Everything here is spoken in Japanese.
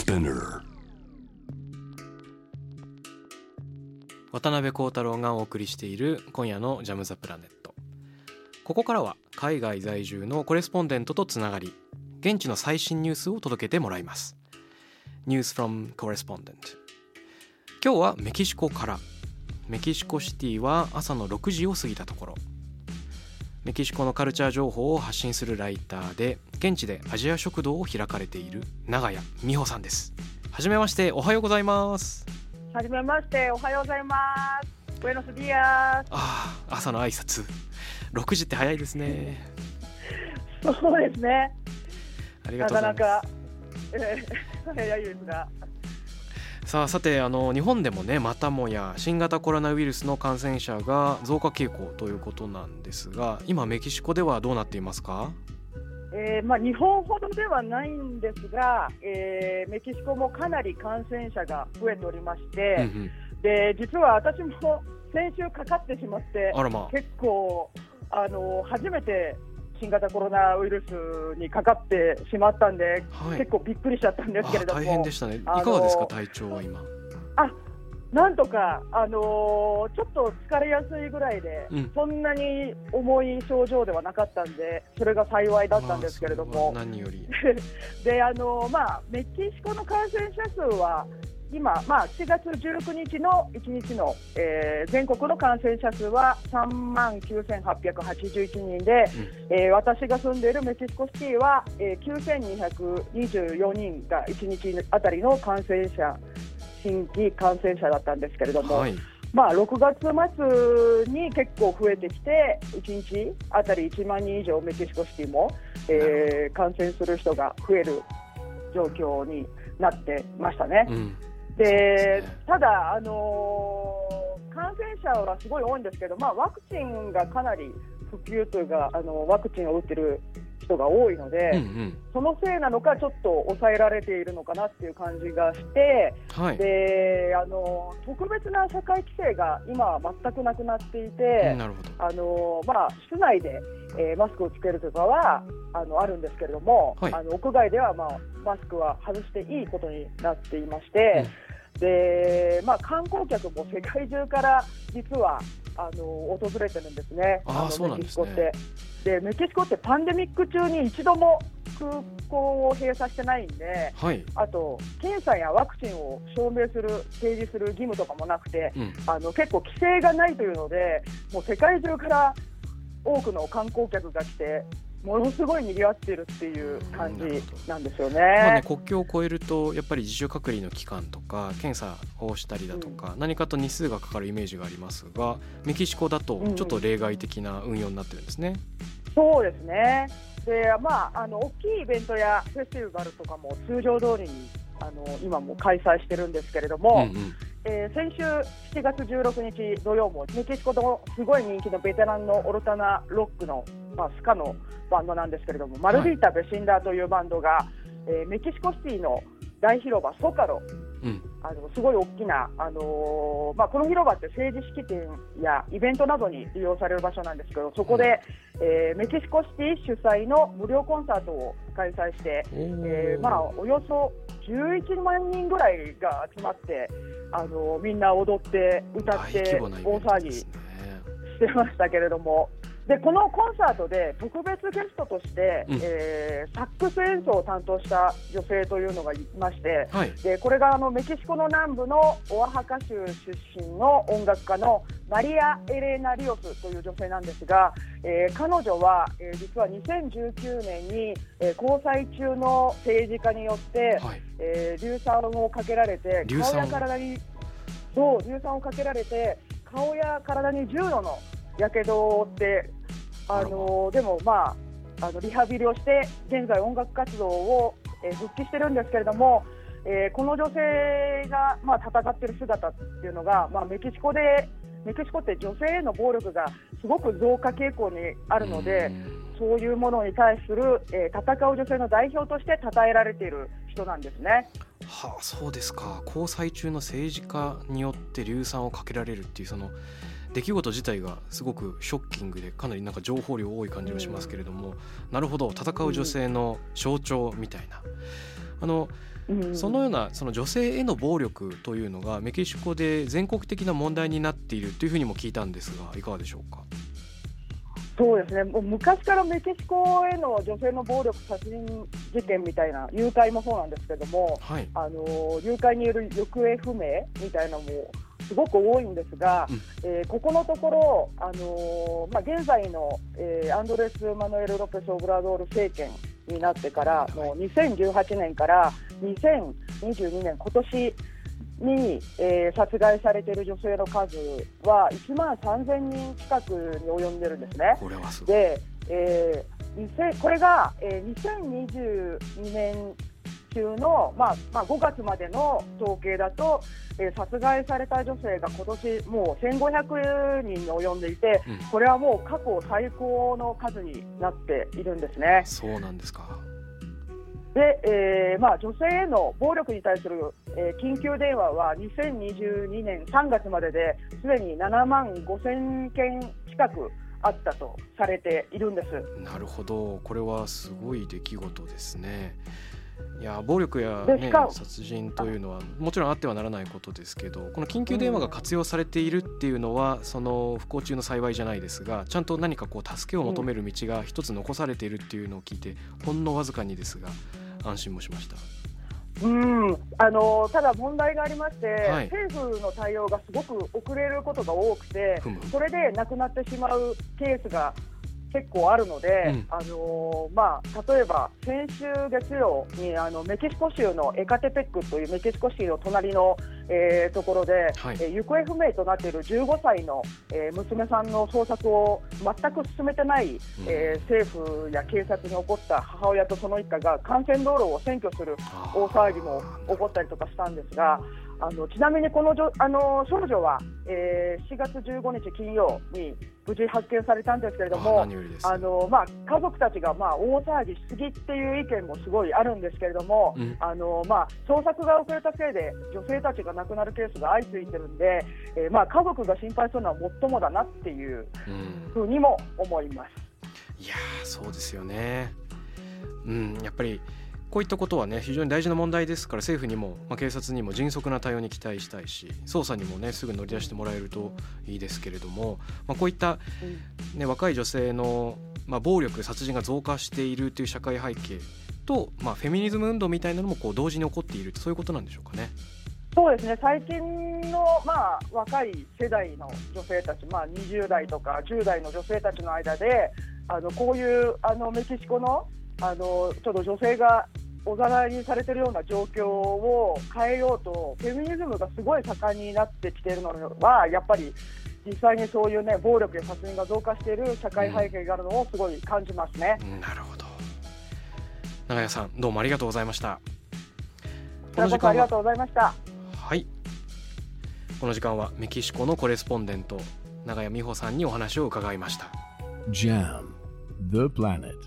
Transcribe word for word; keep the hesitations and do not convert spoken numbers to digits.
Spinner 渡辺幸太郎がお送りしている今夜のジャムザプラネット。ここからは海外在住のコレスポンデントとつながり、現地の最新ニュースを届けてもらいます。 News from Correspondent。 今日はメキシコから。メキシコシティは朝のろくじを過ぎたところ。メキシコのカルチャー情報を発信するライターで、現地でアジア食堂を開かれている長谷美穂さんです。はじめまして、おはようございます。 はじめまして、おはようございます。ブエノスディアス。 ああ、朝の挨拶ろくじって早いですね。 そうですね。 ありがとうございます。 なかなか、えー、早いですが。 さあ、さて、あの日本でもね、またもや新型コロナウイルスの感染者が増加傾向ということなんですが、今メキシコではどうなっていますか？ えーまあ、日本ほどではないんですが、えー、メキシコもかなり感染者が増えておりまして、うんうん、で実は私も先週かかってしまって、 あらまあ、 結構あの初めて新型コロナウイルスにかかってしまったんで、はい、結構びっくりしちゃったんですけれども。 大変でしたね。いかがですか、体調は今？ あ、なんとか、あのー、ちょっと疲れやすいぐらいで、うん、そんなに重い症状ではなかったんで、それが幸いだったんですけれども、 まあ、何よりで、あのーまあ、メキシコの感染者数は今、まあ、しがつじゅうくにちのいちにちの、えー、全国の感染者数はさんまんきゅうせんはっぴゃくはちじゅういちにんで、うん、えー、私が住んでいるメキシコシティは、えー、きゅうせんにひゃくにじゅうよにんがいちにちあたりの感染者新規感染者だったんですけれども、はい、まあ、ろくがつ末に結構増えてきて、いちにちあたりいちまんにん以上メキシコシティも、えー、感染する人が増える状況になってましたね。うん、でただ、あのー、感染者はすごい多いんですけど、まあ、ワクチンがかなり普及というか、あのワクチンを打ってる人が多いので、うんうん、そのせいなのかちょっと抑えられているのかなっていう感じがして、はい、であの特別な社会規制が今は全くなくなっていて、うん、なるほど。あの、まあ、室内で、えー、マスクをつけるとかはあのあるんですけれども、はい、あの屋外では、まあ、マスクは外していいことになっていまして、うん、でまあ、観光客も世界中から実はあの訪れてるんですね。 ああ、そうなんですね。 メキシコってでメキシコってパンデミック中に一度も空港を閉鎖してないんで、はい、あと検査やワクチンを証明する提示する義務とかもなくて、うん、あの結構規制がないというので、もう世界中から多くの観光客が来てものすごい賑わっているっていう感じなんですよね。 まあね、国境を越えるとやっぱり自主隔離の期間とか検査をしたりだとか、うん、何かと日数がかかるイメージがありますが、メキシコだとちょっと例外的な運用になってるんですね。 うん、そうですね。で、まあ、あの大きいイベントやフェスティバルとかも通常通りにあの今も開催してるんですけれども、うんうん、えー、先週しちがつじゅうろくにち土曜もメキシコのすごい人気のベテランのオルタナロックの、まあ、スカのバンドなんですけれども、マルディータ・ベシンダーというバンドが、えー、メキシコシティの大広場ソカロ、うん、あのすごい大きな、あのーまあ、この広場って政治式典やイベントなどに利用される場所なんですけど、そこで、うん、えー、メキシコシティ主催の無料コンサートを開催して、えーまあ、およそじゅういちまんにんぐらいが集まって、あのー、みんな踊って歌って大騒ぎしてましたけれども、でこのコンサートで特別ゲストとして、うん、えー、サックス演奏を担当した女性というのがいまして、はい、でこれがあのメキシコの南部のオアハカ州出身の音楽家のマリア・エレーナ・リオスという女性なんですが、えー、彼女は、えー、実はにせんじゅうきゅうねんに、えー、交際中の政治家によって、はい、えー、硫酸をかけられて顔や体にそう硫酸をかけられて顔や体に重度のやけどを負って、あのでも、まあ、あのリハビリをして現在音楽活動を、えー、復帰してるんですけれども、えー、この女性が、まあ、戦っている姿っていうのが、まあ、メキシコでメキシコって女性への暴力がすごく増加傾向にあるので、そういうものに対する、えー、戦う女性の代表として称えられている人なんですね。 はあ、そうですか。交際中の政治家によって硫酸をかけられるっていうその出来事自体がすごくショッキングで、かなりなんか情報量多い感じがしますけれども、うん、なるほど、戦う女性の象徴みたいな、あのうん、 そのようなその女性への暴力というのがメキシコで全国的な問題になっているというふうにも聞いたんですが、いかがでしょうか。 そうですね、もう昔からメキシコへの女性の暴力殺人事件みたいな、誘拐もそうなんですけども、 はい、 あの誘拐による行方不明みたいなのもすごく多いんですが、うん、えー、ここのところ、あのーまあ、現在の、えー、アンドレス・マヌエル・ロペス・オブラドール政権になってからのにせんじゅうはちねんからにせんにじゅうにねん、今年に、えー、殺害されている女性の数はいちまんさんぜんにん近くに及んでるんですね。 これはすごい。 で、えー、これが、えー、にせんにじゅうにねん中の、まあまあ、ごがつまでの統計だと、えー、殺害された女性が今年もうせんごひゃくにんに及んでいて、うん、これはもう過去最高の数になっているんですね。 そうなんですか。 で、えーまあ、女性への暴力に対する、えー、緊急電話はにせんにじゅうにねんさんがつまでですでにななまんごせんけん近くあったとされているんです。 なるほど、これはすごい出来事ですね。いや、暴力や、ね、殺人というのはもちろんあってはならないことですけど、この緊急電話が活用されているっていうのは、うん、その不幸中の幸いじゃないですが、ちゃんと何かこう助けを求める道が一つ残されているっていうのを聞いて、ほんのわずかにですが安心もしました。 うんあのただ問題がありまして、はい、政府の対応がすごく遅れることが多くて、それで亡くなってしまうケースが結構あるので、うん、あのまあ、例えば先週月曜にあのメキシコ州のエカテペックというメキシコシティの隣の、えー、ところで、はい、えー、行方不明となっているじゅうごさいの、えー、娘さんの捜索を全く進めてない、うん、えー、政府や警察に起こった母親とその一家が幹線道路を占拠する大騒ぎも起こったりとかしたんですが、あのちなみにこのじょあの少女は、えー、しがつじゅうごにち金曜に無事発見されたんですけれども、あの、まあ、家族たちが、まあ、大騒ぎしすぎっていう意見もすごいあるんですけれども、うん、あのまあ、捜索が遅れたせいで女性たちが亡くなるケースが相次いでるんで、えーまあ、家族が心配するのはもっともだなっていうふうにも思います。 うん、いやそうですよね、うん、やっぱりこういったことはね非常に大事な問題ですから、政府にも、まあ、警察にも迅速な対応に期待したいし、捜査にもねすぐ乗り出してもらえるといいですけれども、まあ、こういった、ね、若い女性の、まあ、暴力殺人が増加しているという社会背景と、まあ、フェミニズム運動みたいなのもこう同時に起こっている、そういうことなんでしょうかね。 そうですね、最近の、まあ、若い世代の女性たち、まあ、にじゅうだいとかじゅうだいの女性たちの間で、あのこういうあのメキシコのあのちょっと女性がおざなりにされているような状況を変えようとフェミニズムがすごい盛んになってきているのは、やっぱり実際にそういう、ね、暴力や殺人が増加している社会背景があるのをすごい感じますね。 うん、なるほど。長谷さん、どうもありがとうございました。 この時間はありがとうございました。 はい、この時間はメキシコのコレスポンデント長谷美穂さんにお話を伺いました。 ジャム The Planet